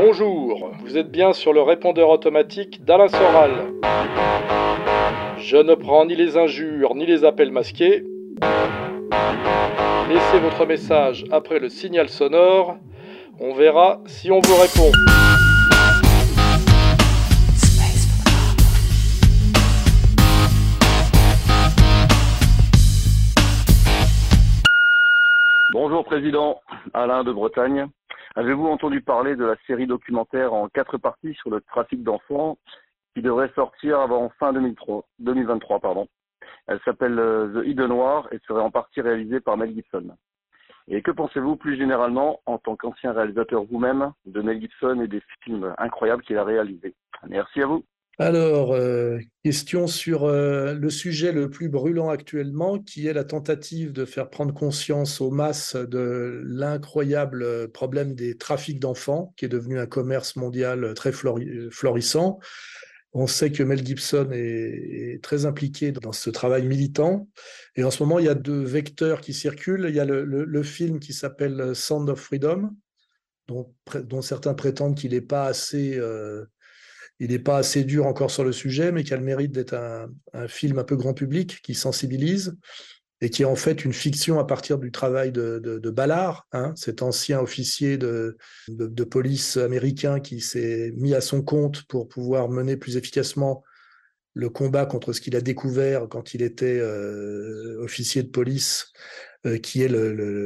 Bonjour, vous êtes bien sur le répondeur automatique d'Alain Soral. Je ne prends ni les injures ni les appels masqués. Laissez votre message après le signal sonore. On verra si on vous répond. Bonjour Président, Alain de Bretagne. Avez-vous entendu parler de la série documentaire en 4 parties sur le trafic d'enfants qui devrait sortir avant fin 2023 pardon. Elle s'appelle The Hidden War et serait en partie réalisée par Mel Gibson. Et que pensez-vous plus généralement, en tant qu'ancien réalisateur vous-même, de Mel Gibson et des films incroyables qu'il a réalisés? Merci à vous. Alors, question sur le sujet le plus brûlant actuellement, qui est la tentative de faire prendre conscience aux masses de l'incroyable problème des trafics d'enfants, qui est devenu un commerce mondial très florissant. On sait que Mel Gibson est très impliqué dans ce travail militant. Et en ce moment, il y a 2 vecteurs qui circulent. Il y a le film qui s'appelle Sound of Freedom, dont certains prétendent qu'il n'est pas assez... il n'est pas assez dur encore sur le sujet, mais qui a le mérite d'être un film un peu grand public, qui sensibilise, et qui est en fait une fiction à partir du travail de Ballard, cet ancien officier de police américain qui s'est mis à son compte pour pouvoir mener plus efficacement le combat contre ce qu'il a découvert quand il était officier de police, qui est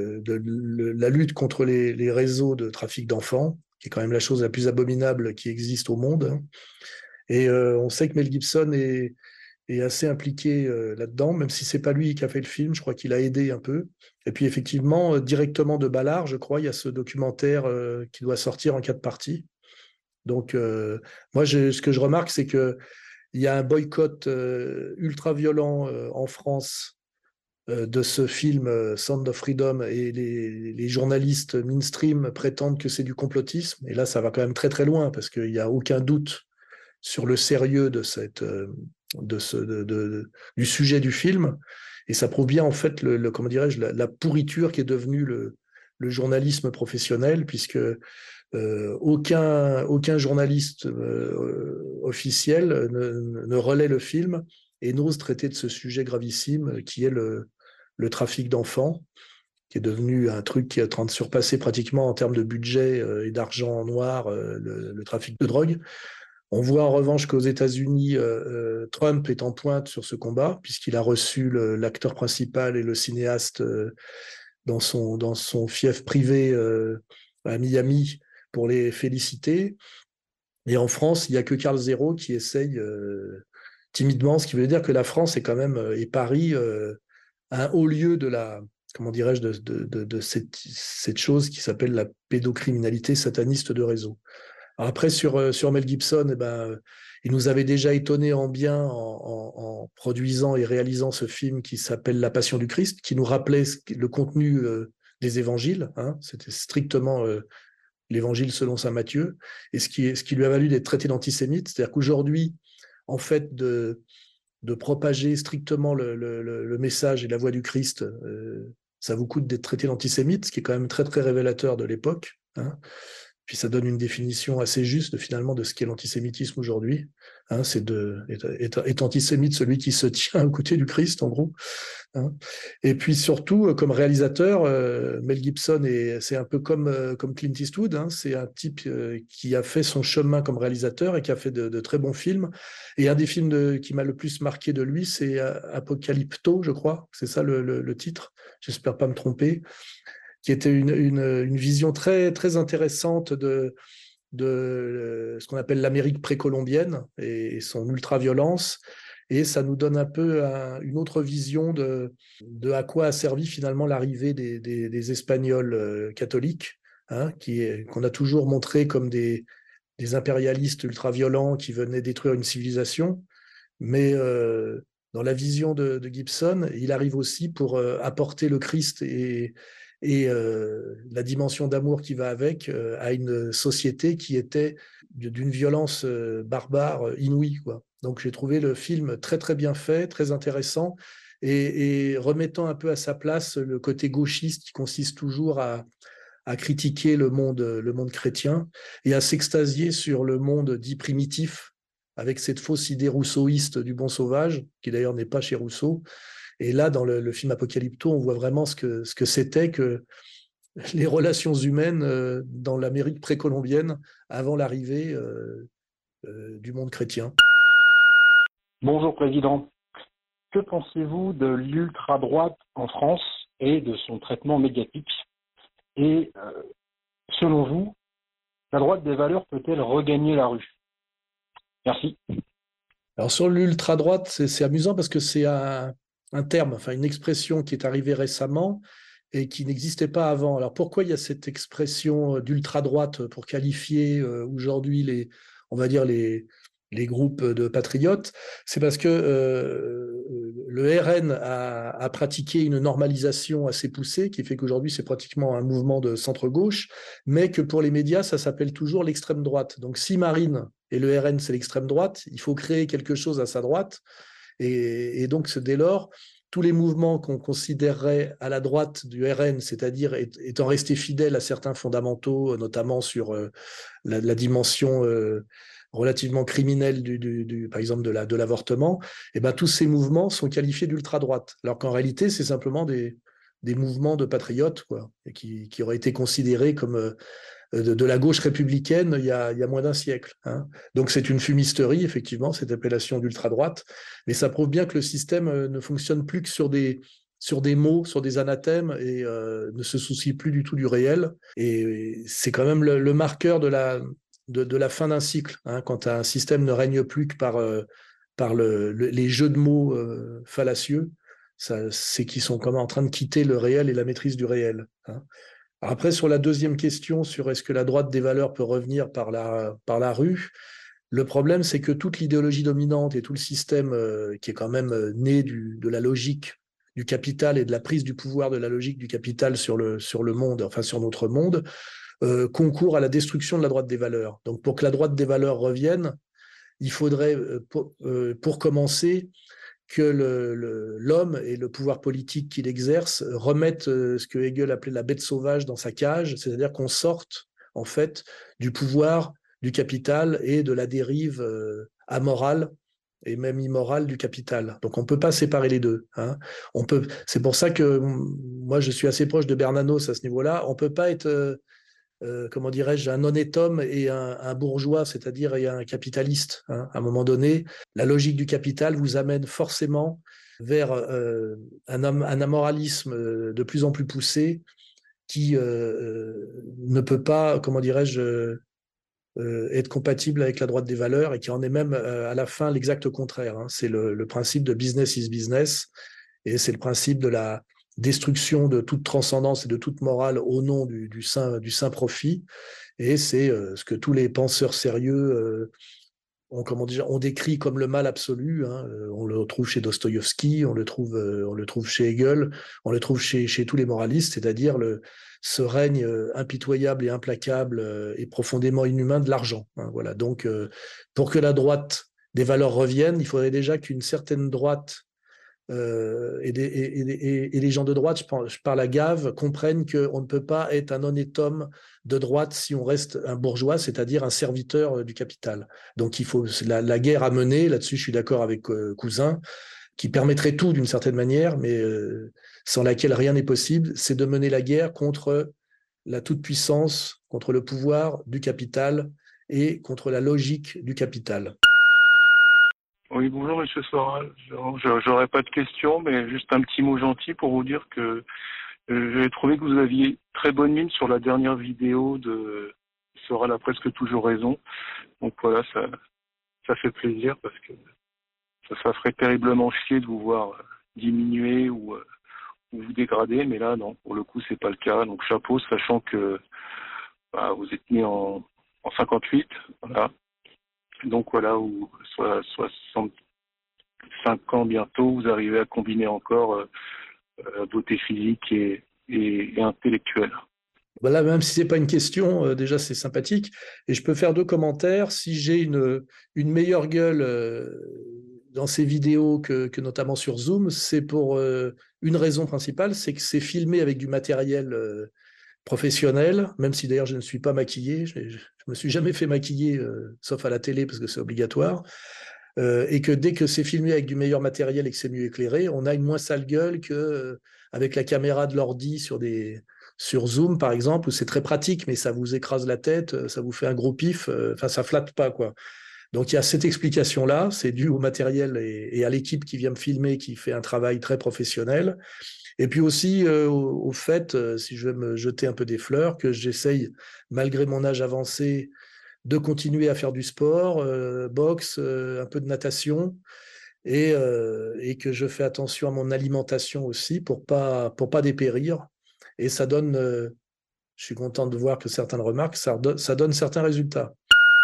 la lutte contre les réseaux de trafic d'enfants, qui est quand même la chose la plus abominable qui existe au monde. Et on sait que Mel Gibson est assez impliqué là-dedans, même si c'est pas lui qui a fait le film, je crois qu'il a aidé un peu. Et puis effectivement, directement de Ballard, je crois, il y a ce documentaire qui doit sortir en 4 parties. Donc moi, ce que je remarque, c'est qu'il y a un boycott ultra violent en France de ce film Sound of Freedom, et les journalistes mainstream prétendent que c'est du complotisme. Et là, ça va quand même très très loin, parce qu'il n'y a aucun doute sur le sérieux du sujet du film. Et ça prouve bien en fait comment dirais-je, la pourriture qui est devenue le journalisme professionnel, puisque aucun journaliste officiel ne relaie le film et n'ose traiter de ce sujet gravissime qui est le trafic d'enfants, qui est devenu un truc qui est en train de surpasser pratiquement en termes de budget et d'argent en noir le trafic de drogue. On voit en revanche qu'aux États-Unis, Trump est en pointe sur ce combat, puisqu'il a reçu l'acteur principal et le cinéaste dans son fief privé à Miami pour les féliciter. Et en France, il n'y a que Karl Zéro qui essaye timidement, ce qui veut dire que la France est quand même, et Paris, un haut lieu de comment dirais-je, de cette chose qui s'appelle la pédocriminalité sataniste de réseau. Alors après, sur Mel Gibson, il nous avait déjà étonné en bien en produisant et réalisant ce film qui s'appelle La Passion du Christ, qui nous rappelait le contenu des évangiles. C'était strictement l'évangile selon saint Matthieu, et ce qui lui a valu d'être traité d'antisémite. C'est-à-dire qu'aujourd'hui, en fait, de propager strictement le message et la voix du Christ, ça vous coûte d'être traité d'antisémite, ce qui est quand même très très révélateur de l'époque. Puis ça donne une définition assez juste finalement de ce qu'est l'antisémitisme aujourd'hui. C'est est antisémite celui qui se tient aux côtés du Christ, en gros. Et puis surtout, comme réalisateur, Mel Gibson, c'est un peu comme Clint Eastwood. C'est un type qui a fait son chemin comme réalisateur et qui a fait de très bons films. Et un des films qui m'a le plus marqué de lui, c'est Apocalypto, je crois. C'est ça le titre. J'espère pas me tromper, qui était une vision très, très intéressante de ce qu'on appelle l'Amérique précolombienne et son ultra-violence. Et ça nous donne un peu une autre vision de à quoi a servi finalement l'arrivée des Espagnols catholiques, qu'on a toujours montré comme des impérialistes ultra-violents qui venaient détruire une civilisation. Mais dans la vision de Gibson, il arrive aussi pour apporter le Christ et la dimension d'amour qui va avec à une société qui était d'une violence barbare inouïe, quoi. Donc j'ai trouvé le film très très bien fait, très intéressant, et remettant un peu à sa place le côté gauchiste qui consiste toujours à à critiquer le monde chrétien et à s'extasier sur le monde dit primitif, avec cette fausse idée rousseauiste du bon sauvage, qui d'ailleurs n'est pas chez Rousseau. Et là, dans le film Apocalypto, on voit vraiment ce que c'était que les relations humaines dans l'Amérique précolombienne avant l'arrivée du monde chrétien. Bonjour Président. Que pensez-vous de l'ultra-droite en France et de son traitement médiatique? Et selon vous, la droite des valeurs peut-elle regagner la rue? Merci. Alors sur l'ultra-droite, c'est amusant parce que c'est un terme, enfin une expression qui est arrivée récemment et qui n'existait pas avant. Alors pourquoi il y a cette expression d'ultra-droite pour qualifier aujourd'hui on va dire les groupes de patriotes? C'est parce que le RN a pratiqué une normalisation assez poussée qui fait qu'aujourd'hui c'est pratiquement un mouvement de centre-gauche, mais que pour les médias ça s'appelle toujours l'extrême droite. Donc si Marine et le RN c'est l'extrême droite, il faut créer quelque chose à sa droite. Et donc, dès lors, tous les mouvements qu'on considérerait à la droite du RN, c'est-à-dire étant restés fidèles à certains fondamentaux, notamment sur la dimension relativement criminelle par exemple de l'avortement, et ben, tous ces mouvements sont qualifiés d'ultra-droite, alors qu'en réalité, c'est simplement des mouvements de patriotes, quoi, et qui auraient été considérés comme de la gauche républicaine il y a moins d'un siècle. Hein. Donc c'est une fumisterie, effectivement, cette appellation d'ultra-droite, mais ça prouve bien que le système ne fonctionne plus que sur des mots, sur des anathèmes, et ne se soucie plus du tout du réel. Et c'est quand même le marqueur de la fin d'un cycle, hein, quand un système ne règne plus que par les jeux de mots fallacieux, c'est qu'ils sont quand même en train de quitter le réel et la maîtrise du réel. Hein. Après, sur la deuxième question, sur est-ce que la droite des valeurs peut revenir par la rue, le problème, c'est que toute l'idéologie dominante et tout le système qui est quand même né de la logique du capital et de la prise du pouvoir de la logique du capital sur le monde, enfin sur notre monde, concourt à la destruction de la droite des valeurs. Donc pour que la droite des valeurs revienne, il faudrait, pour commencer, que l'homme et le pouvoir politique qu'il exerce remettent ce que Hegel appelait la bête sauvage dans sa cage, c'est-à-dire qu'on sorte en fait du pouvoir du capital et de la dérive amorale et même immorale du capital. Donc on ne peut pas séparer les deux. Hein. C'est pour ça que moi je suis assez proche de Bernanos à ce niveau-là. On ne peut pas être comment dirais-je, un honnête homme et un bourgeois, c'est-à-dire et un capitaliste. Hein. À un moment donné, la logique du capital vous amène forcément vers un amoralisme de plus en plus poussé qui ne peut pas, comment dirais-je, être compatible avec la droite des valeurs et qui en est même à la fin l'exact contraire. Hein. C'est le principe de business is business et c'est le principe de la destruction de toute transcendance et de toute morale au nom du saint profit. Et c'est ce que tous les penseurs sérieux ont décrit comme le mal absolu. Hein. On le trouve chez Dostoïevski, on le trouve chez Hegel, on le trouve chez tous les moralistes, c'est-à-dire ce règne impitoyable et implacable et profondément inhumain de l'argent. Hein. Voilà. Donc, pour que la droite des valeurs revienne, il faudrait déjà qu'une certaine droite et les gens de droite, je parle à Gave, comprennent qu'on ne peut pas être un honnête homme de droite si on reste un bourgeois, c'est-à-dire un serviteur du capital. Donc il faut la guerre à mener, là-dessus je suis d'accord avec Cousin, qui permettrait tout d'une certaine manière, mais sans laquelle rien n'est possible, c'est de mener la guerre contre la toute-puissance, contre le pouvoir du capital et contre la logique du capital. Oui, bonjour Monsieur Soral. J'aurais pas de questions, mais juste un petit mot gentil pour vous dire que j'ai trouvé que vous aviez très bonne mine sur la dernière vidéo de Soral a presque toujours raison. Donc voilà, ça fait plaisir parce que ça ferait terriblement chier de vous voir diminuer ou vous dégrader, mais là non, pour le coup c'est pas le cas. Donc chapeau, sachant que vous êtes né en 58, voilà. Donc voilà, où 65 ans bientôt, vous arrivez à combiner encore beauté physique et intellectuelle. Voilà, même si c'est pas une question, déjà c'est sympathique. Et je peux faire 2 commentaires. Si j'ai une meilleure gueule dans ces vidéos que notamment sur Zoom, c'est pour une raison principale, c'est que c'est filmé avec du matériel professionnel, même si d'ailleurs je ne suis pas maquillé, je me suis jamais fait maquiller, sauf à la télé parce que c'est obligatoire, et que dès que c'est filmé avec du meilleur matériel et que c'est mieux éclairé, on a une moins sale gueule que avec la caméra de l'ordi sur Zoom par exemple, où c'est très pratique, mais ça vous écrase la tête, ça vous fait un gros pif, enfin ça flatte pas quoi. Donc il y a cette explication-là, c'est dû au matériel et à l'équipe qui vient me filmer, qui fait un travail très professionnel. Et puis aussi au fait, si je veux me jeter un peu des fleurs, que j'essaye, malgré mon âge avancé, de continuer à faire du sport, boxe, un peu de natation, et que je fais attention à mon alimentation aussi pour pas dépérir. Et ça donne, je suis content de voir que certains le remarquent, ça donne certains résultats.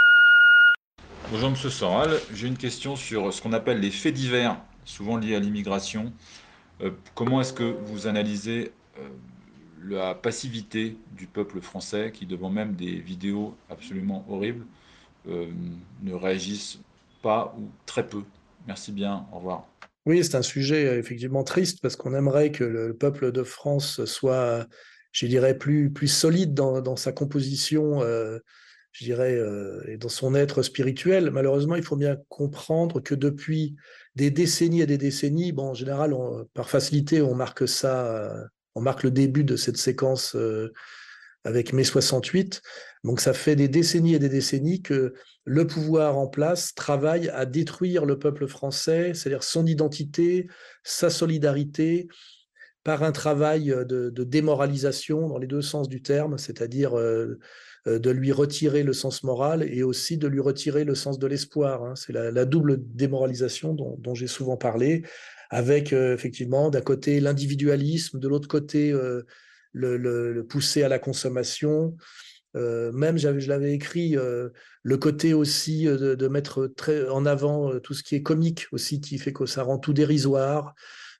Bonjour Monsieur Soral, j'ai une question sur ce qu'on appelle les faits divers, souvent liés à l'immigration. Comment est-ce que vous analysez la passivité du peuple français qui, devant même des vidéos absolument horribles, euh, ne réagissent pas ou très peu? Merci bien, au revoir. Oui, c'est un sujet effectivement triste parce qu'on aimerait que le peuple de France soit, je dirais, plus solide dans sa composition, je dirais, et dans son être spirituel. Malheureusement, il faut bien comprendre que depuis des décennies et des décennies, bon, en général, par facilité, on marque ça, on marque le début de cette séquence avec mai 68. Donc ça fait des décennies et des décennies que le pouvoir en place travaille à détruire le peuple français, c'est-à-dire son identité, sa solidarité, par un travail de démoralisation dans les deux sens du terme, c'est-à-dire de lui retirer le sens moral et aussi de lui retirer le sens de l'espoir. Hein. C'est la double démoralisation dont j'ai souvent parlé, avec effectivement d'un côté l'individualisme, de l'autre côté le pousser à la consommation. Même je l'avais écrit, le côté aussi de mettre très en avant tout ce qui est comique aussi, qui fait que ça rend tout dérisoire.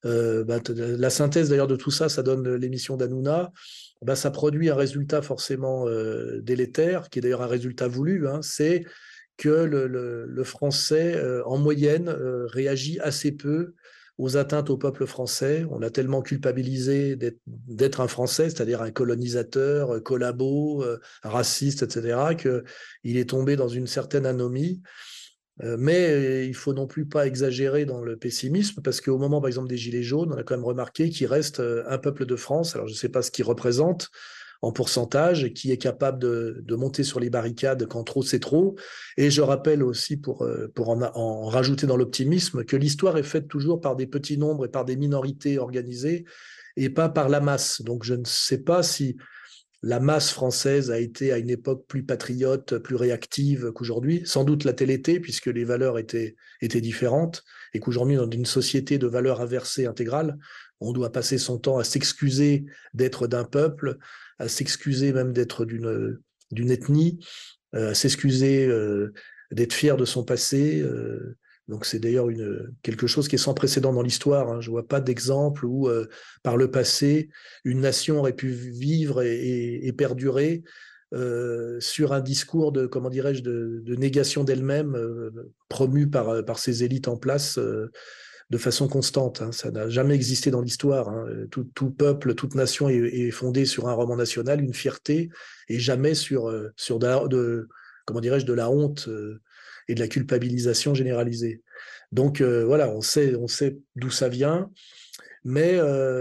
La synthèse d'ailleurs de tout ça, ça donne l'émission d'Hanouna. Ça produit un résultat forcément délétère, qui est d'ailleurs un résultat voulu. Hein, c'est que le français, en moyenne, réagit assez peu aux atteintes au peuple français. On l'a tellement culpabilisé d'être un Français, c'est-à-dire un colonisateur, collabo, raciste, etc., qu'il est tombé dans une certaine anomie. Mais il faut non plus pas exagérer dans le pessimisme, parce qu'au moment, par exemple, des Gilets jaunes, on a quand même remarqué qu'il reste un peuple de France. Alors, je ne sais pas ce qu'il représente en pourcentage, et qui est capable de monter sur les barricades quand trop c'est trop. Et je rappelle aussi, pour en rajouter dans l'optimisme, que l'histoire est faite toujours par des petits nombres et par des minorités organisées, et pas par la masse. Donc, je ne sais pas si la masse française a été à une époque plus patriote, plus réactive qu'aujourd'hui. Sans doute l'a-t-elle été, puisque les valeurs étaient différentes, et qu'aujourd'hui, dans une société de valeurs inversées intégrales, on doit passer son temps à s'excuser d'être d'un peuple, à s'excuser même d'être d'une ethnie, à s'excuser d'être fier de son passé. Donc c'est d'ailleurs quelque chose qui est sans précédent dans l'histoire. Hein. Je ne vois pas d'exemple où, par le passé, une nation aurait pu vivre et perdurer sur un discours de, comment dirais-je, de négation d'elle-même, promu par ces élites en place de façon constante. Hein. Ça n'a jamais existé dans l'histoire. Hein. Tout peuple, toute nation est fondée sur un roman national, une fierté, et jamais sur comment dirais-je, de la honte et de la culpabilisation généralisée. Donc voilà, on sait d'où ça vient, mais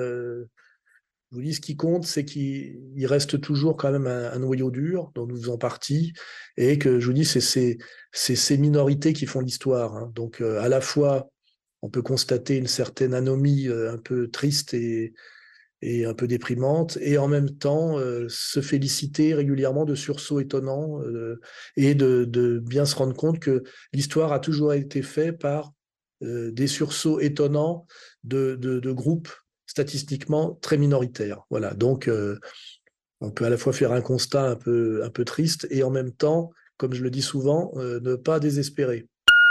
je vous dis, ce qui compte, c'est qu'il reste toujours quand même un noyau dur dont nous faisons partie, et que je vous dis, c'est ces minorités qui font l'histoire. Hein. Donc à la fois, on peut constater une certaine anomie un peu triste et un peu déprimante, et en même temps se féliciter régulièrement de sursauts étonnants et de bien se rendre compte que l'histoire a toujours été faite par des sursauts étonnants de groupes statistiquement très minoritaires. Voilà, donc on peut à la fois faire un constat un peu triste et en même temps, comme je le dis souvent, ne pas désespérer.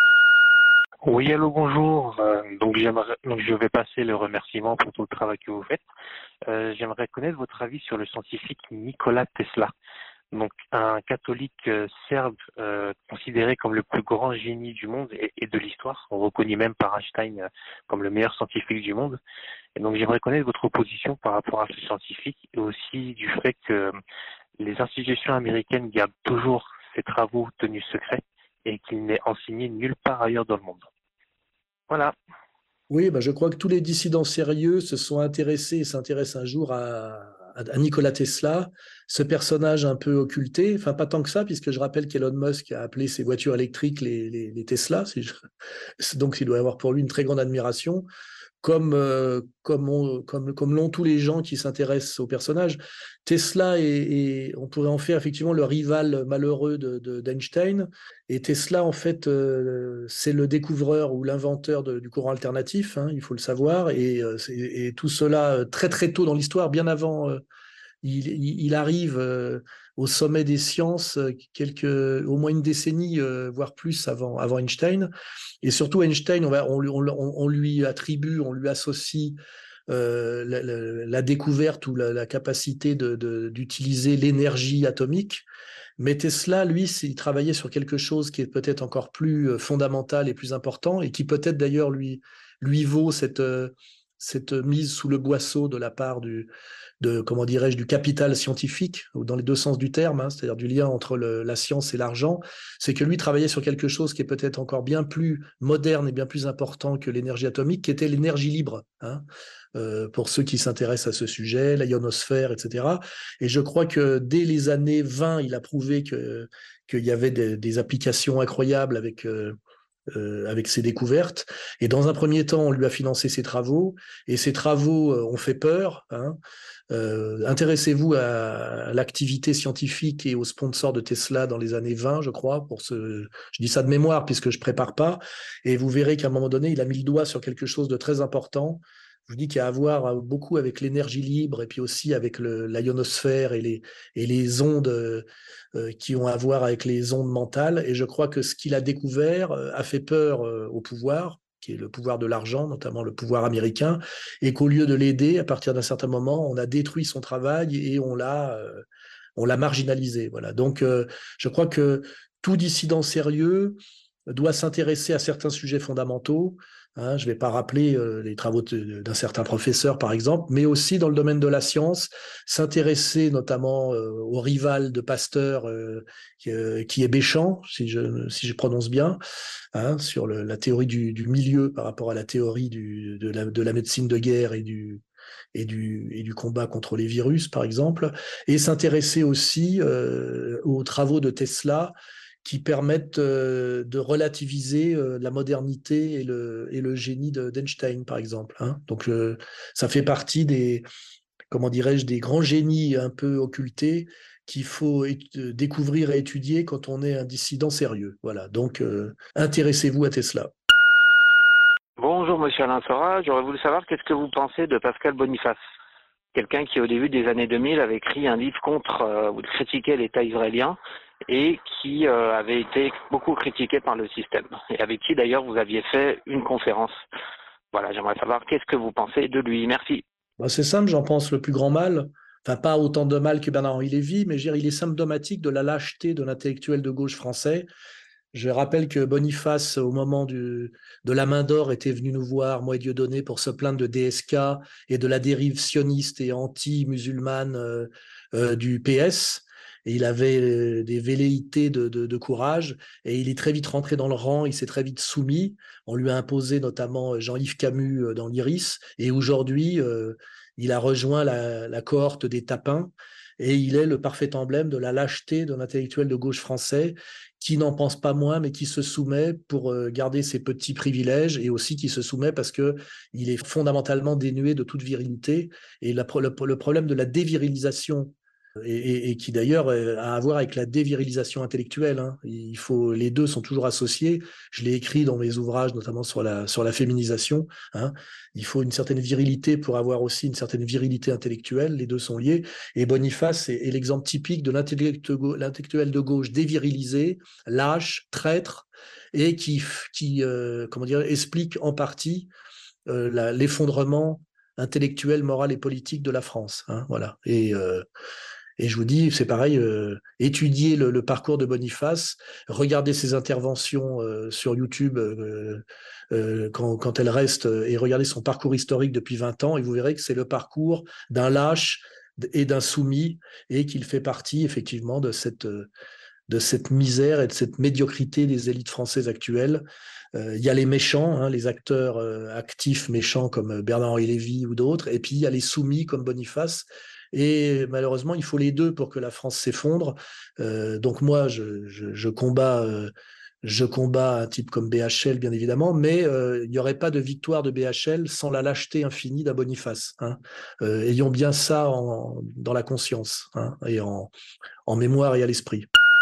Oui, allô, bonjour. Donc je vais passer le remerciement pour tout le travail que vous faites. J'aimerais connaître votre avis sur le scientifique Nikola Tesla. Donc, un catholique serbe considéré comme le plus grand génie du monde et de l'histoire, reconnu même par Einstein comme le meilleur scientifique du monde. Et donc, j'aimerais connaître votre position par rapport à ce scientifique et aussi du fait que les institutions américaines gardent toujours ces travaux tenus secrets et qu'il n'est enseigné nulle part ailleurs dans le monde. Voilà. Oui, je crois que tous les dissidents sérieux se sont intéressés et s'intéressent un jour à Nikola Tesla, ce personnage un peu occulté, enfin pas tant que ça, puisque je rappelle qu'Elon Musk a appelé ses voitures électriques les Tesla, donc il doit y avoir pour lui une très grande admiration. Comme l'ont tous les gens qui s'intéressent au personnage. Tesla, on pourrait en faire effectivement le rival malheureux d'Einstein. Et Tesla, en fait, c'est le découvreur ou l'inventeur du courant alternatif, hein, il faut le savoir. Et tout cela très très tôt dans l'histoire, bien avant il arrive au sommet des sciences au moins une décennie, voire plus avant Einstein. Et surtout, Einstein, on lui attribue, on lui associe la découverte ou la capacité d'utiliser l'énergie atomique. Mais Tesla, lui, il travaillait sur quelque chose qui est peut-être encore plus fondamental et plus important, et qui peut-être d'ailleurs lui vaut cette mise sous le boisseau de la part comment dirais-je, du capital scientifique, dans les deux sens du terme, hein, c'est-à-dire du lien entre la science et l'argent. C'est que lui travaillait sur quelque chose qui est peut-être encore bien plus moderne et bien plus important que l'énergie atomique, qui était l'énergie libre, hein, pour ceux qui s'intéressent à ce sujet, la ionosphère, etc. Et je crois que dès les années 20, il a prouvé qu'il y avait des applications incroyables avec ses découvertes. Et dans un premier temps, on lui a financé ses travaux, et ces travaux ont fait peur, hein. Intéressez-vous à l'activité scientifique et aux sponsors de Tesla dans les années 20, je crois. Je dis ça de mémoire puisque je prépare pas, et vous verrez qu'à un moment donné, il a mis le doigt sur quelque chose de très important. Je vous dis qu'il y a à voir beaucoup avec l'énergie libre et puis aussi avec la ionosphère et les ondes qui ont à voir avec les ondes mentales. Et je crois que ce qu'il a découvert a fait peur au pouvoir, qui est le pouvoir de l'argent, notamment le pouvoir américain, et qu'au lieu de l'aider, à partir d'un certain moment, on a détruit son travail et on l'a marginalisé. Voilà. Donc, je crois que tout dissident sérieux doit s'intéresser à certains sujets fondamentaux. Hein, je ne vais pas rappeler les travaux d'un certain professeur, par exemple, mais aussi dans le domaine de la science, s'intéresser notamment au rival de Pasteur, qui est Béchamp, si je prononce bien, hein, sur la théorie du milieu par rapport à la théorie de la médecine de guerre et du combat contre les virus, par exemple, et s'intéresser aussi aux travaux de Tesla qui permettent de relativiser la modernité et le génie d'Einstein, par exemple, hein. Donc, ça fait partie comment dirais-je, des grands génies un peu occultés qu'il faut découvrir et étudier quand on est un dissident sérieux. Voilà. Donc, intéressez-vous à Tesla. Bonjour Monsieur Alain Soral, j'aurais voulu savoir qu'est-ce que vous pensez de Pascal Boniface, quelqu'un qui au début des années 2000 avait écrit un livre où il critiquait l'État israélien et qui avait été beaucoup critiqué par le système, et avec qui d'ailleurs vous aviez fait une conférence. Voilà, j'aimerais savoir qu'est-ce que vous pensez de lui. Merci. C'est simple, j'en pense le plus grand mal. Enfin, pas autant de mal que Bernard-Henri Lévy, mais je veux dire, il est symptomatique de la lâcheté de l'intellectuel de gauche français. Je rappelle que Boniface, au moment de la main d'or, était venu nous voir, moi et Dieudonné, pour se plaindre de DSK et de la dérive sioniste et anti-musulmane du PS. Et il avait des velléités de courage, et il est très vite rentré dans le rang, il s'est très vite soumis. On lui a imposé notamment Jean-Yves Camus dans l'Iris, et aujourd'hui, il a rejoint la cohorte des tapins, et il est le parfait emblème de la lâcheté d'un intellectuel de gauche français qui n'en pense pas moins, mais qui se soumet pour garder ses petits privilèges, et aussi qui se soumet parce qu'il est fondamentalement dénué de toute virilité. Et le problème de la dévirilisation, et qui d'ailleurs a à voir avec la dévirilisation intellectuelle, hein. Les deux sont toujours associés. Je l'ai écrit dans mes ouvrages, notamment sur la féminisation, hein. Il faut une certaine virilité pour avoir aussi une certaine virilité intellectuelle. Les deux sont liés. Et Boniface est l'exemple typique de l'intellectuel de gauche dévirilisé, lâche, traître, et qui comment dire, explique en partie l'effondrement intellectuel, moral et politique de la France, hein, voilà. Et je vous dis, c'est pareil, étudier le parcours de Boniface, regarder ses interventions sur YouTube quand elle reste, et regarder son parcours historique depuis 20 ans, et vous verrez que c'est le parcours d'un lâche et d'un soumis, et qu'il fait partie effectivement de cette misère et de cette médiocrité des élites françaises actuelles. Il y a les méchants, hein, les acteurs actifs méchants comme Bernard-Henri Lévy ou d'autres, et puis il y a les soumis comme Boniface. Et malheureusement, il faut les deux pour que la France s'effondre. Donc moi, je combats un type comme BHL, bien évidemment, mais il n'y aurait pas de victoire de BHL sans la lâcheté infinie d'un Boniface. Hein. Ayons bien ça dans la conscience, hein, et en mémoire et à l'esprit.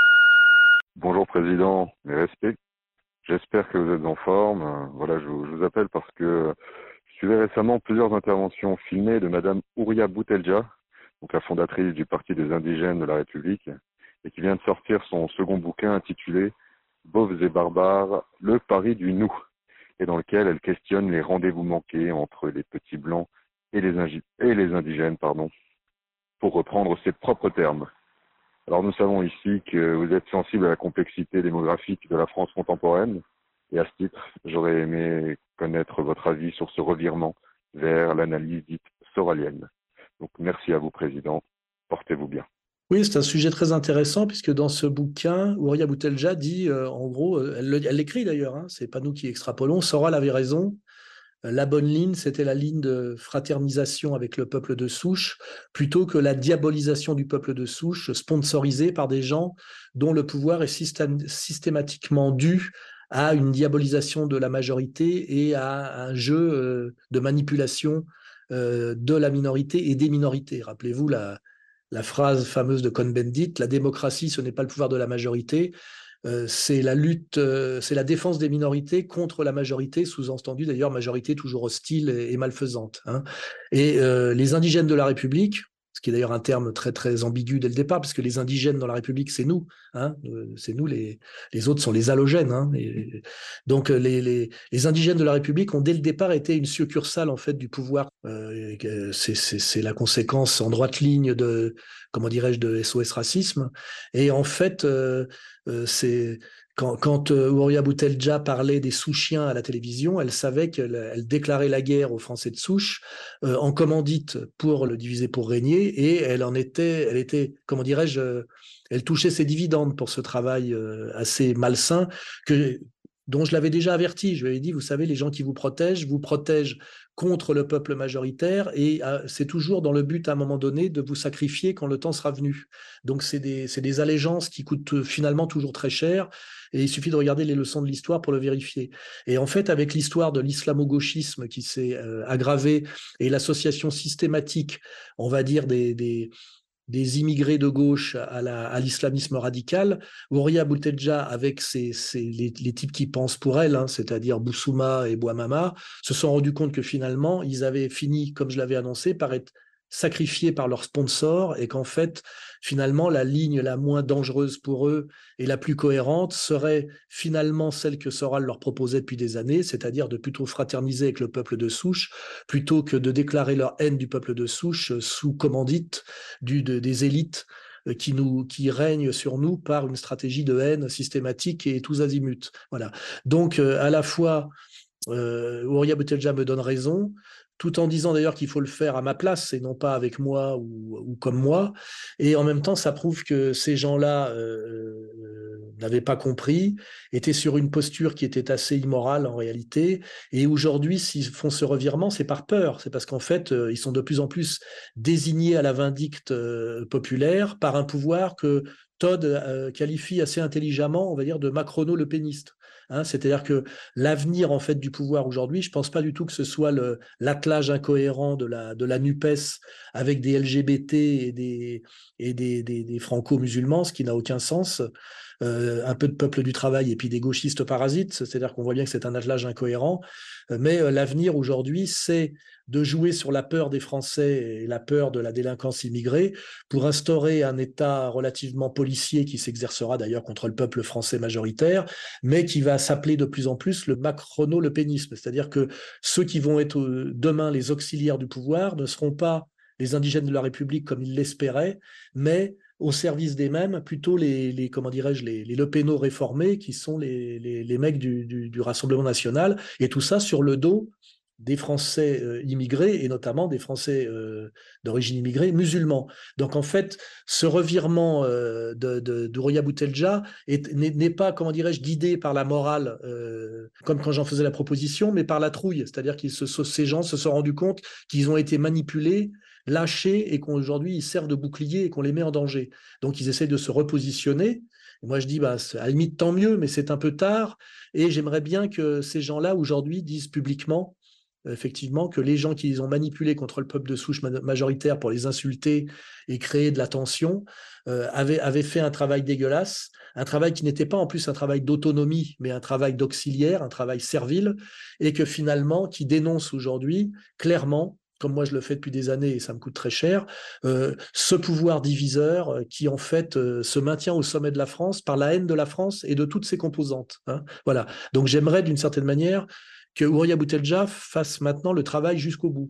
Bonjour Président, mes respects. J'espère que vous êtes en forme. Voilà, je vous appelle parce que je suivais récemment plusieurs interventions filmées de Madame Houria Boutelja, donc la fondatrice du Parti des indigènes de la République, et qui vient de sortir son second bouquin intitulé Beaufs et barbares, le pari du nous, et dans lequel elle questionne les rendez-vous manqués entre les petits blancs et les indigènes, pour reprendre ses propres termes. Alors nous savons ici que vous êtes sensible à la complexité démographique de la France contemporaine, et à ce titre, j'aurais aimé connaître votre avis sur ce revirement vers l'analyse dite soralienne. Donc merci à vous, Président. Portez-vous bien. Oui, c'est un sujet très intéressant, puisque dans ce bouquin, Houria Boutelja dit, en gros, elle l'écrit d'ailleurs, hein, c'est pas nous qui extrapolons, Soral avait raison, la bonne ligne, c'était la ligne de fraternisation avec le peuple de souche, plutôt que la diabolisation du peuple de souche, sponsorisée par des gens dont le pouvoir est systématiquement dû à une diabolisation de la majorité et à un jeu de manipulation de la minorité et des minorités. Rappelez-vous la phrase fameuse de Cohn-Bendit, la démocratie, ce n'est pas le pouvoir de la majorité, c'est la lutte, c'est la défense des minorités contre la majorité, sous-entendu d'ailleurs majorité toujours hostile et malfaisante. Hein. Et les indigènes de la République, ce qui est d'ailleurs un terme très très ambigu dès le départ, parce que les indigènes dans la République, c'est nous, hein, c'est nous, les autres sont les halogènes. Hein, donc les indigènes de la République ont dès le départ été une succursale en fait du pouvoir. C'est la conséquence en droite ligne de, comment dirais-je, de SOS Racisme. Et en fait, c'est quand Houria Boutelja parlait des sous-chiens à la télévision, elle savait qu'elle déclarait la guerre aux Français de souche en commandite pour le diviser pour régner, et elle était, comment dirais-je, elle touchait ses dividendes pour ce travail assez malsain dont je l'avais déjà averti. Je lui avais dit, vous savez, les gens qui vous protègent contre le peuple majoritaire, et c'est toujours dans le but à un moment donné de vous sacrifier quand le temps sera venu. Donc c'est des allégeances qui coûtent finalement toujours très cher, et il suffit de regarder les leçons de l'histoire pour le vérifier. Et en fait, avec l'histoire de l'islamo-gauchisme qui s'est aggravée, et l'association systématique, on va dire, des immigrés de gauche à l'islamisme radical, Houria Boutelja, avec les types qui pensent pour elle, hein, c'est-à-dire Boussouma et Bouamama, se sont rendus compte que finalement, ils avaient fini, comme je l'avais annoncé, par être sacrifiés par leurs sponsors, et qu'en fait, finalement, la ligne la moins dangereuse pour eux et la plus cohérente serait finalement celle que Soral leur proposait depuis des années, c'est-à-dire de plutôt fraterniser avec le peuple de souche, plutôt que de déclarer leur haine du peuple de souche sous commandite des élites qui règnent sur nous par une stratégie de haine systématique et tous azimuts. Voilà. Donc, à la fois, Houria Boutelja me donne raison, tout en disant d'ailleurs qu'il faut le faire à ma place et non pas avec moi ou comme moi. Et en même temps, ça prouve que ces gens-là n'avaient pas compris, étaient sur une posture qui était assez immorale en réalité. Et aujourd'hui, s'ils font ce revirement, c'est par peur. C'est parce qu'en fait, ils sont de plus en plus désignés à la vindicte populaire par un pouvoir que Todd qualifie assez intelligemment, on va dire, de macrono-lepéniste. Hein, c'est-à-dire que l'avenir en fait du pouvoir aujourd'hui, je pense pas du tout que ce soit l'attelage incohérent de la NUPES avec des LGBT et des franco-musulmans, ce qui n'a aucun sens. Un peu de peuple du travail et puis des gauchistes parasites, c'est-à-dire qu'on voit bien que c'est un attelage incohérent. Mais l'avenir aujourd'hui, c'est de jouer sur la peur des Français et la peur de la délinquance immigrée pour instaurer un État relativement policier qui s'exercera d'ailleurs contre le peuple français majoritaire, mais qui va s'appeler de plus en plus le macrono-lepénisme, c'est-à-dire que ceux qui vont être demain les auxiliaires du pouvoir ne seront pas les indigènes de la République comme ils l'espéraient, mais au service des mêmes, plutôt comment dirais-je, les Le Pénaux réformés, qui sont les mecs du Rassemblement national, et tout ça sur le dos des Français immigrés, et notamment des Français d'origine immigrée musulmans. Donc en fait, ce revirement d'Houria Boutelja n'est pas, comment dirais-je, guidé par la morale, comme quand j'en faisais la proposition, mais par la trouille. C'est-à-dire que ces gens se sont rendus compte qu'ils ont été manipulés, lâchés, et qu'aujourd'hui ils servent de bouclier et qu'on les met en danger. Donc ils essayent de se repositionner. Et moi je dis, à la limite tant mieux, mais c'est un peu tard, et j'aimerais bien que ces gens-là aujourd'hui disent publiquement effectivement, que les gens qui les ont manipulés contre le peuple de souche majoritaire pour les insulter et créer de la tension avaient fait un travail dégueulasse, un travail qui n'était pas en plus un travail d'autonomie, mais un travail d'auxiliaire, un travail servile, et que finalement, qui dénonce aujourd'hui clairement, comme moi je le fais depuis des années et ça me coûte très cher, ce pouvoir diviseur qui en fait se maintient au sommet de la France par la haine de la France et de toutes ses composantes. Hein. Voilà. Donc j'aimerais d'une certaine manière que Houria Boutelja fasse maintenant le travail jusqu'au bout.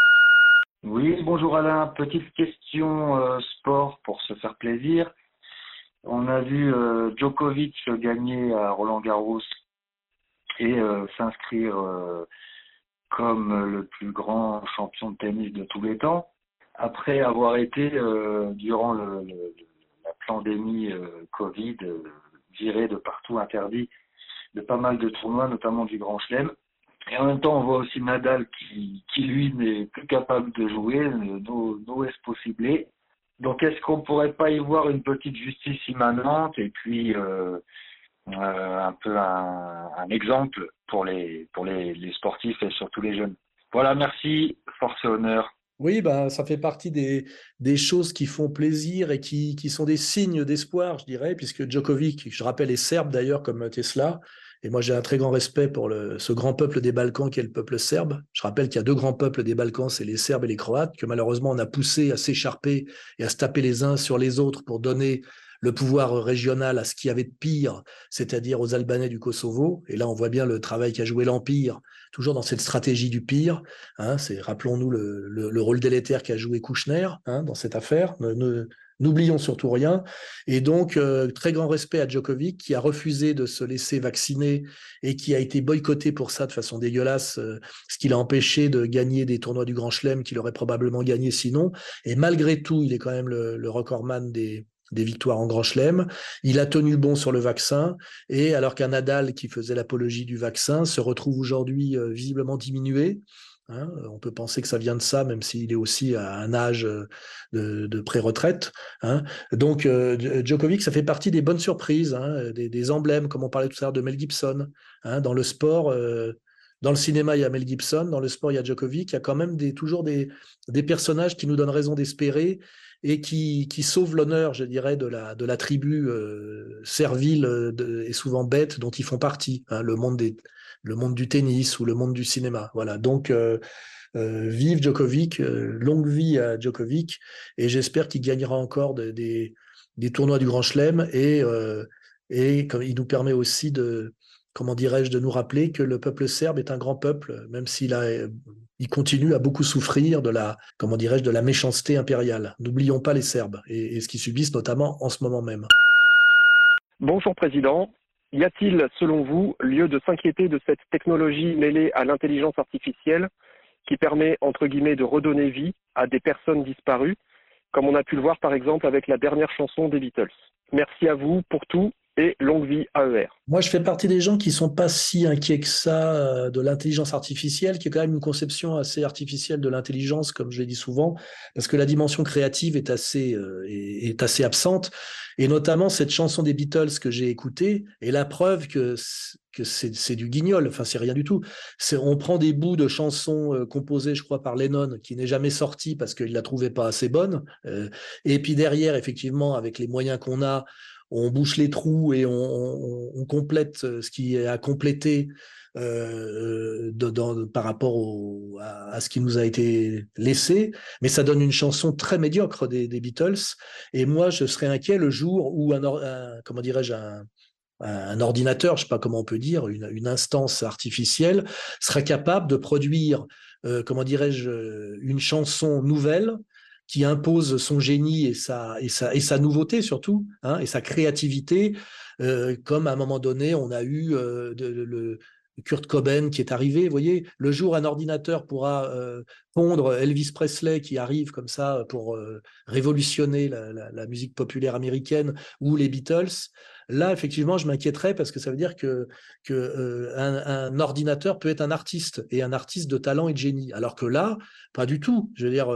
Oui, bonjour Alain. Petite question sport pour se faire plaisir. On a vu Djokovic gagner à Roland-Garros et s'inscrire comme le plus grand champion de tennis de tous les temps, après avoir été, durant la pandémie Covid, viré de partout, interdit de pas mal de tournois, notamment du Grand Chelem. Et en même temps, on voit aussi Nadal qui lui, n'est plus capable de jouer, no es possible. Donc, est-ce qu'on pourrait pas y voir une petite justice immanente et puis un peu un exemple pour les sportifs et surtout les jeunes? Voilà, merci, force et honneur. Oui, ça fait partie des choses qui font plaisir et qui sont des signes d'espoir, je dirais, puisque Djokovic, je rappelle, est serbe d'ailleurs comme Tesla. Et moi, j'ai un très grand respect pour ce grand peuple des Balkans qui est le peuple serbe. Je rappelle qu'il y a deux grands peuples des Balkans, c'est les Serbes et les Croates, que malheureusement on a poussé à s'écharper et à se taper les uns sur les autres pour donner le pouvoir régional à ce qu'il y avait de pire, c'est-à-dire aux Albanais du Kosovo. Et là, on voit bien le travail qu'a joué l'Empire, toujours dans cette stratégie du pire. Hein, rappelons-nous le rôle délétère qu'a joué Kouchner dans cette affaire. N'oublions surtout rien. Et donc, très grand respect à Djokovic, qui a refusé de se laisser vacciner et qui a été boycotté pour ça de façon dégueulasse, ce qui l'a empêché de gagner des tournois du Grand Chelem qu'il aurait probablement gagné sinon. Et malgré tout, il est quand même le recordman des victoires en Grand Chelem. Il a tenu bon sur le vaccin, et alors qu'un Nadal qui faisait l'apologie du vaccin se retrouve aujourd'hui visiblement diminué. Hein, on peut penser que ça vient de ça, même s'il est aussi à un âge de pré-retraite. Hein. Donc, Djokovic, ça fait partie des bonnes surprises, hein, des emblèmes, comme on parlait tout à l'heure de Mel Gibson. Hein, dans le sport, dans le cinéma, il y a Mel Gibson, dans le sport, il y a Djokovic. Il y a quand même toujours des personnages qui nous donnent raison d'espérer et qui sauvent l'honneur, je dirais, de la tribu servile et souvent bête dont ils font partie. Hein, le monde du tennis ou le monde du cinéma. Voilà. Donc, vive Djokovic, longue vie à Djokovic, et j'espère qu'il gagnera encore des tournois du Grand Chelem, et comme il nous permet aussi de nous rappeler que le peuple serbe est un grand peuple, même s'il continue à beaucoup souffrir de la méchanceté impériale. N'oublions pas les Serbes et ce qu'ils subissent notamment en ce moment même. Bonjour Président. Y a-t-il, selon vous, lieu de s'inquiéter de cette technologie mêlée à l'intelligence artificielle qui permet, entre guillemets, de redonner vie à des personnes disparues, comme on a pu le voir par exemple avec la dernière chanson des Beatles? Merci à vous pour tout et longue vie AER. Moi, je fais partie des gens qui ne sont pas si inquiets que ça de l'intelligence artificielle, qui est quand même une conception assez artificielle de l'intelligence, comme je l'ai dit souvent, parce que la dimension créative est assez absente. Et notamment, cette chanson des Beatles que j'ai écoutée est la preuve que c'est du guignol, enfin c'est rien du tout. On prend des bouts de chansons composées, je crois, par Lennon, qui n'est jamais sortie parce qu'il la trouvait pas assez bonne. Et puis derrière, effectivement, avec les moyens qu'on a, on bouche les trous et on complète ce qui est à compléter par rapport à ce qui nous a été laissé, mais ça donne une chanson très médiocre des Beatles. Et moi, je serais inquiet le jour où un ordinateur, je ne sais pas comment on peut dire, une instance artificielle, serait capable de produire comment dirais-je, une chanson nouvelle qui impose son génie et sa nouveauté surtout, hein, et sa créativité, comme à un moment donné, on a eu le Kurt Cobain qui est arrivé. Vous voyez, le jour un ordinateur pourra pondre Elvis Presley qui arrive comme ça pour révolutionner la musique populaire américaine ou les Beatles, là, effectivement, je m'inquiéterais parce que ça veut dire que un ordinateur peut être un artiste et un artiste de talent et de génie. Alors que là, pas du tout. Je veux dire,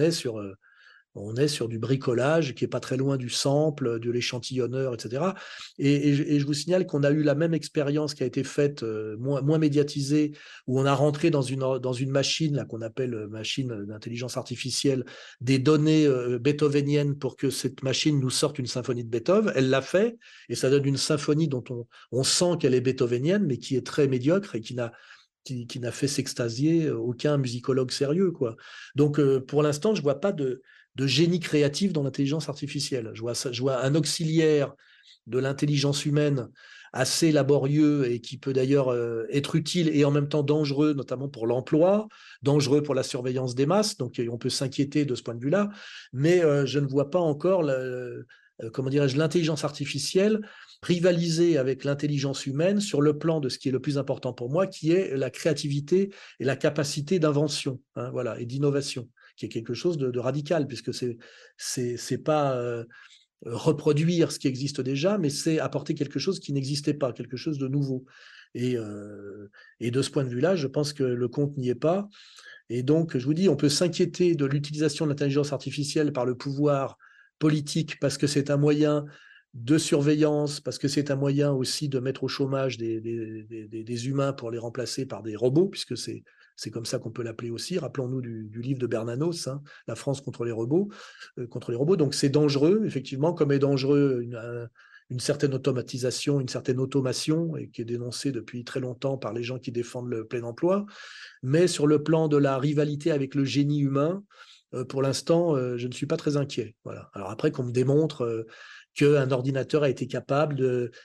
on est sur du bricolage qui est pas très loin du sample, de l'échantillonneur, etc. Et je vous signale qu'on a eu la même expérience qui a été faite, moins médiatisée, où on a rentré dans une machine là qu'on appelle machine d'intelligence artificielle des données beethoveniennes pour que cette machine nous sorte une symphonie de Beethoven. Elle l'a fait et ça donne une symphonie dont on sent qu'elle est beethovenienne, mais qui est très médiocre et qui n'a fait s'extasier aucun musicologue sérieux, quoi. Donc, pour l'instant, je vois pas de génie créatif dans l'intelligence artificielle. Je vois un auxiliaire de l'intelligence humaine assez laborieux et qui peut d'ailleurs être utile et en même temps dangereux, notamment pour l'emploi, dangereux pour la surveillance des masses. Donc, on peut s'inquiéter de ce point de vue-là. Mais je ne vois pas encore, comment dirais-je, l'intelligence artificielle rivaliser avec l'intelligence humaine sur le plan de ce qui est le plus important pour moi, qui est la créativité et la capacité d'invention, hein, voilà, et d'innovation, qui est quelque chose de radical, puisque c'est pas reproduire ce qui existe déjà, mais c'est apporter quelque chose qui n'existait pas, quelque chose de nouveau. Et de ce point de vue-là, je pense que le compte n'y est pas. Et donc, je vous dis, on peut s'inquiéter de l'utilisation de l'intelligence artificielle par le pouvoir politique, parce que c'est un moyen de surveillance, parce que c'est un moyen aussi de mettre au chômage des humains pour les remplacer par des robots, puisque c'est comme ça qu'on peut l'appeler aussi. Rappelons-nous du livre de Bernanos, hein, La France contre les robots. Donc c'est dangereux, effectivement, comme est dangereux une certaine automatisation, une certaine automation, et qui est dénoncée depuis très longtemps par les gens qui défendent le plein emploi. Mais sur le plan de la rivalité avec le génie humain, pour l'instant, je ne suis pas très inquiet. Voilà. Alors après, qu'on me démontre qu'un ordinateur a été capable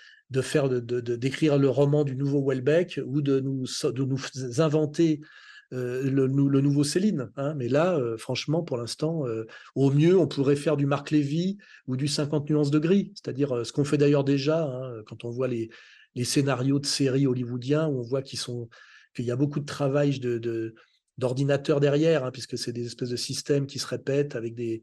d'écrire le roman du nouveau Houellebecq ou de nous inventer le nouveau Céline. Hein. Mais là, franchement, pour l'instant, au mieux, on pourrait faire du Marc Lévy ou du 50 nuances de gris, c'est-à-dire ce qu'on fait d'ailleurs déjà, hein, quand on voit les scénarios de séries hollywoodiens, où on voit qu'il y a beaucoup de travail d'ordinateur derrière, hein, puisque c'est des espèces de systèmes qui se répètent avec des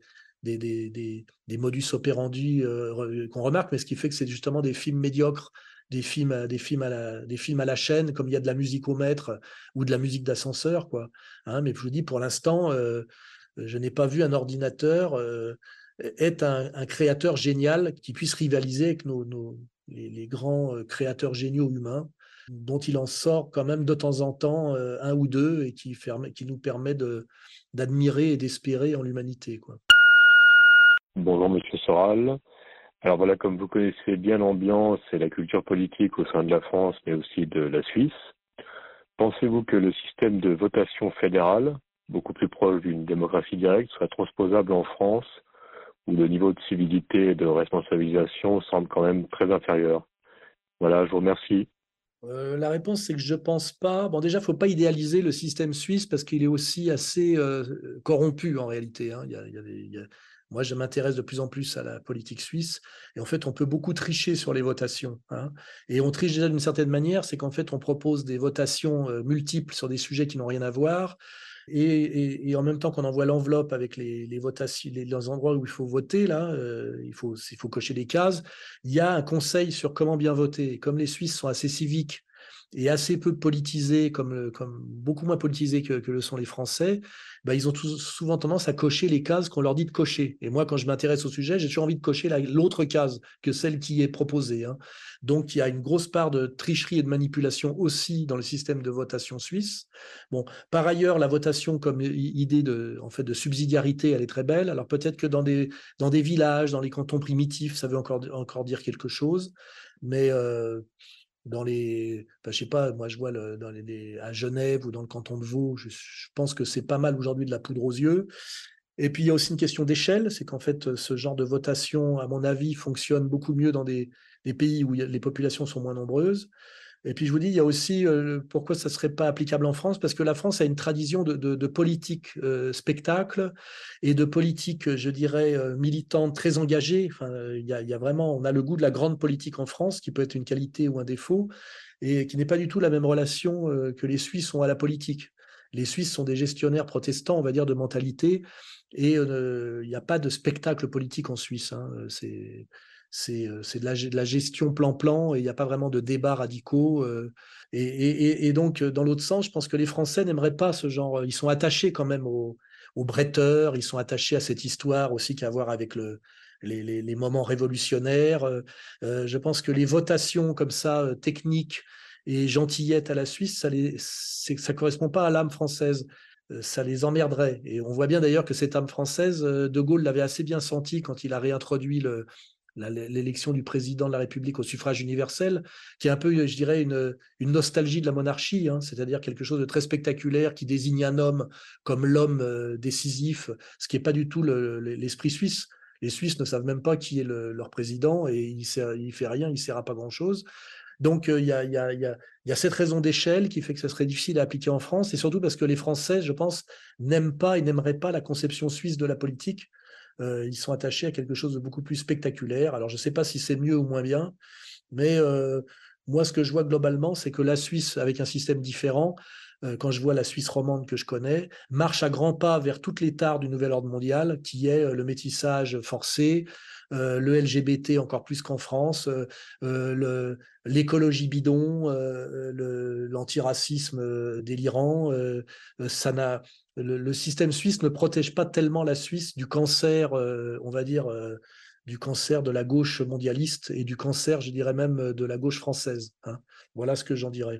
modus operandi qu'on remarque, mais ce qui fait que c'est justement des films médiocres, des films à la chaîne, comme il y a de la musique au mètre ou de la musique d'ascenseur, quoi. Hein, mais je vous dis, pour l'instant, je n'ai pas vu un ordinateur être un créateur génial qui puisse rivaliser avec les grands créateurs géniaux humains, dont il en sort quand même de temps en temps un ou deux et qui nous permet d'admirer et d'espérer en l'humanité, quoi. Bonjour Monsieur Soral. Alors voilà, comme vous connaissez bien l'ambiance et la culture politique au sein de la France, mais aussi de la Suisse, pensez-vous que le système de votation fédérale, beaucoup plus proche d'une démocratie directe, soit transposable en France, où le niveau de civilité et de responsabilisation semble quand même très inférieur? Voilà, je vous remercie. La réponse, c'est que je ne pense pas. Bon, déjà, il ne faut pas idéaliser le système suisse parce qu'il est aussi assez corrompu en réalité. Hein. Moi, je m'intéresse de plus en plus à la politique suisse et en fait, on peut beaucoup tricher sur les votations. Hein. Et on triche déjà d'une certaine manière, c'est qu'en fait, on propose des votations multiples sur des sujets qui n'ont rien à voir. Et en même temps qu'on envoie l'enveloppe avec les votations, les endroits où il faut voter, là, il faut cocher des cases. Il y a un conseil sur comment bien voter. Et comme les Suisses sont assez civiques et assez peu politisés, comme beaucoup moins politisés que le sont les Français, ils ont souvent tendance à cocher les cases qu'on leur dit de cocher. Et moi, quand je m'intéresse au sujet, j'ai toujours envie de cocher l'autre case que celle qui est proposée. Hein. Donc, il y a une grosse part de tricherie et de manipulation aussi dans le système de votation suisse. Bon, par ailleurs, la votation comme idée de subsidiarité, elle est très belle. Alors peut-être que dans des villages, dans les cantons primitifs, ça veut encore dire quelque chose. Mais je sais pas, moi je vois à Genève ou dans le canton de Vaud, je pense que c'est pas mal aujourd'hui de la poudre aux yeux. Et puis il y a aussi une question d'échelle, c'est qu'en fait ce genre de votation, à mon avis, fonctionne beaucoup mieux dans des pays où les populations sont moins nombreuses. Et puis je vous dis, il y a aussi pourquoi ça ne serait pas applicable en France, parce que la France a une tradition de politique spectacle et de politique, je dirais, militante très engagée. Enfin, il y a vraiment, on a le goût de la grande politique en France, qui peut être une qualité ou un défaut, et qui n'est pas du tout la même relation que les Suisses ont à la politique. Les Suisses sont des gestionnaires protestants, on va dire, de mentalité, et il n'y a pas de spectacle politique en Suisse. Hein. C'est de la gestion plan-plan et il n'y a pas vraiment de débats radicaux. Et donc, dans l'autre sens, je pense que les Français n'aimeraient pas ce genre. Ils sont attachés quand même aux bretteurs, ils sont attachés à cette histoire aussi qu'il y a à voir avec les moments révolutionnaires. Je pense que les votations comme ça, techniques et gentillettes à la Suisse, ça ne correspond pas à l'âme française. Ça les emmerderait. Et on voit bien d'ailleurs que cette âme française, De Gaulle l'avait assez bien senti quand il a réintroduit l'élection du président de la République au suffrage universel, qui est un peu, je dirais, une nostalgie de la monarchie, hein, c'est-à-dire quelque chose de très spectaculaire qui désigne un homme comme l'homme décisif, ce qui n'est pas du tout l'esprit suisse. Les Suisses ne savent même pas qui est leur président et il ne fait rien, il ne sert à pas grand-chose. Donc, il y a cette raison d'échelle qui fait que ça serait difficile à appliquer en France, et surtout parce que les Français, je pense, n'aiment pas et n'aimeraient pas la conception suisse de la politique. Ils sont attachés à quelque chose de beaucoup plus spectaculaire. Alors, je ne sais pas si c'est mieux ou moins bien, mais moi, ce que je vois globalement, c'est que la Suisse, avec un système différent, quand je vois la Suisse romande que je connais, marche à grands pas vers toutes les tares du nouvel ordre mondial, qui est le métissage forcé, le LGBT encore plus qu'en France, l'écologie bidon, l'antiracisme délirant. Le système suisse ne protège pas tellement la Suisse du cancer, on va dire, du cancer de la gauche mondialiste et du cancer, je dirais même, de la gauche française. Hein. Voilà ce que j'en dirais.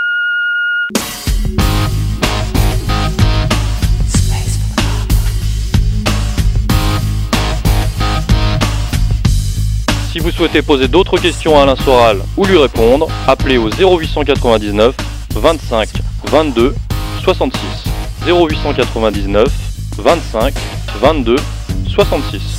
Si vous souhaitez poser d'autres questions à Alain Soral ou lui répondre, appelez au 0899 25 22 66. 0899 25 22 66.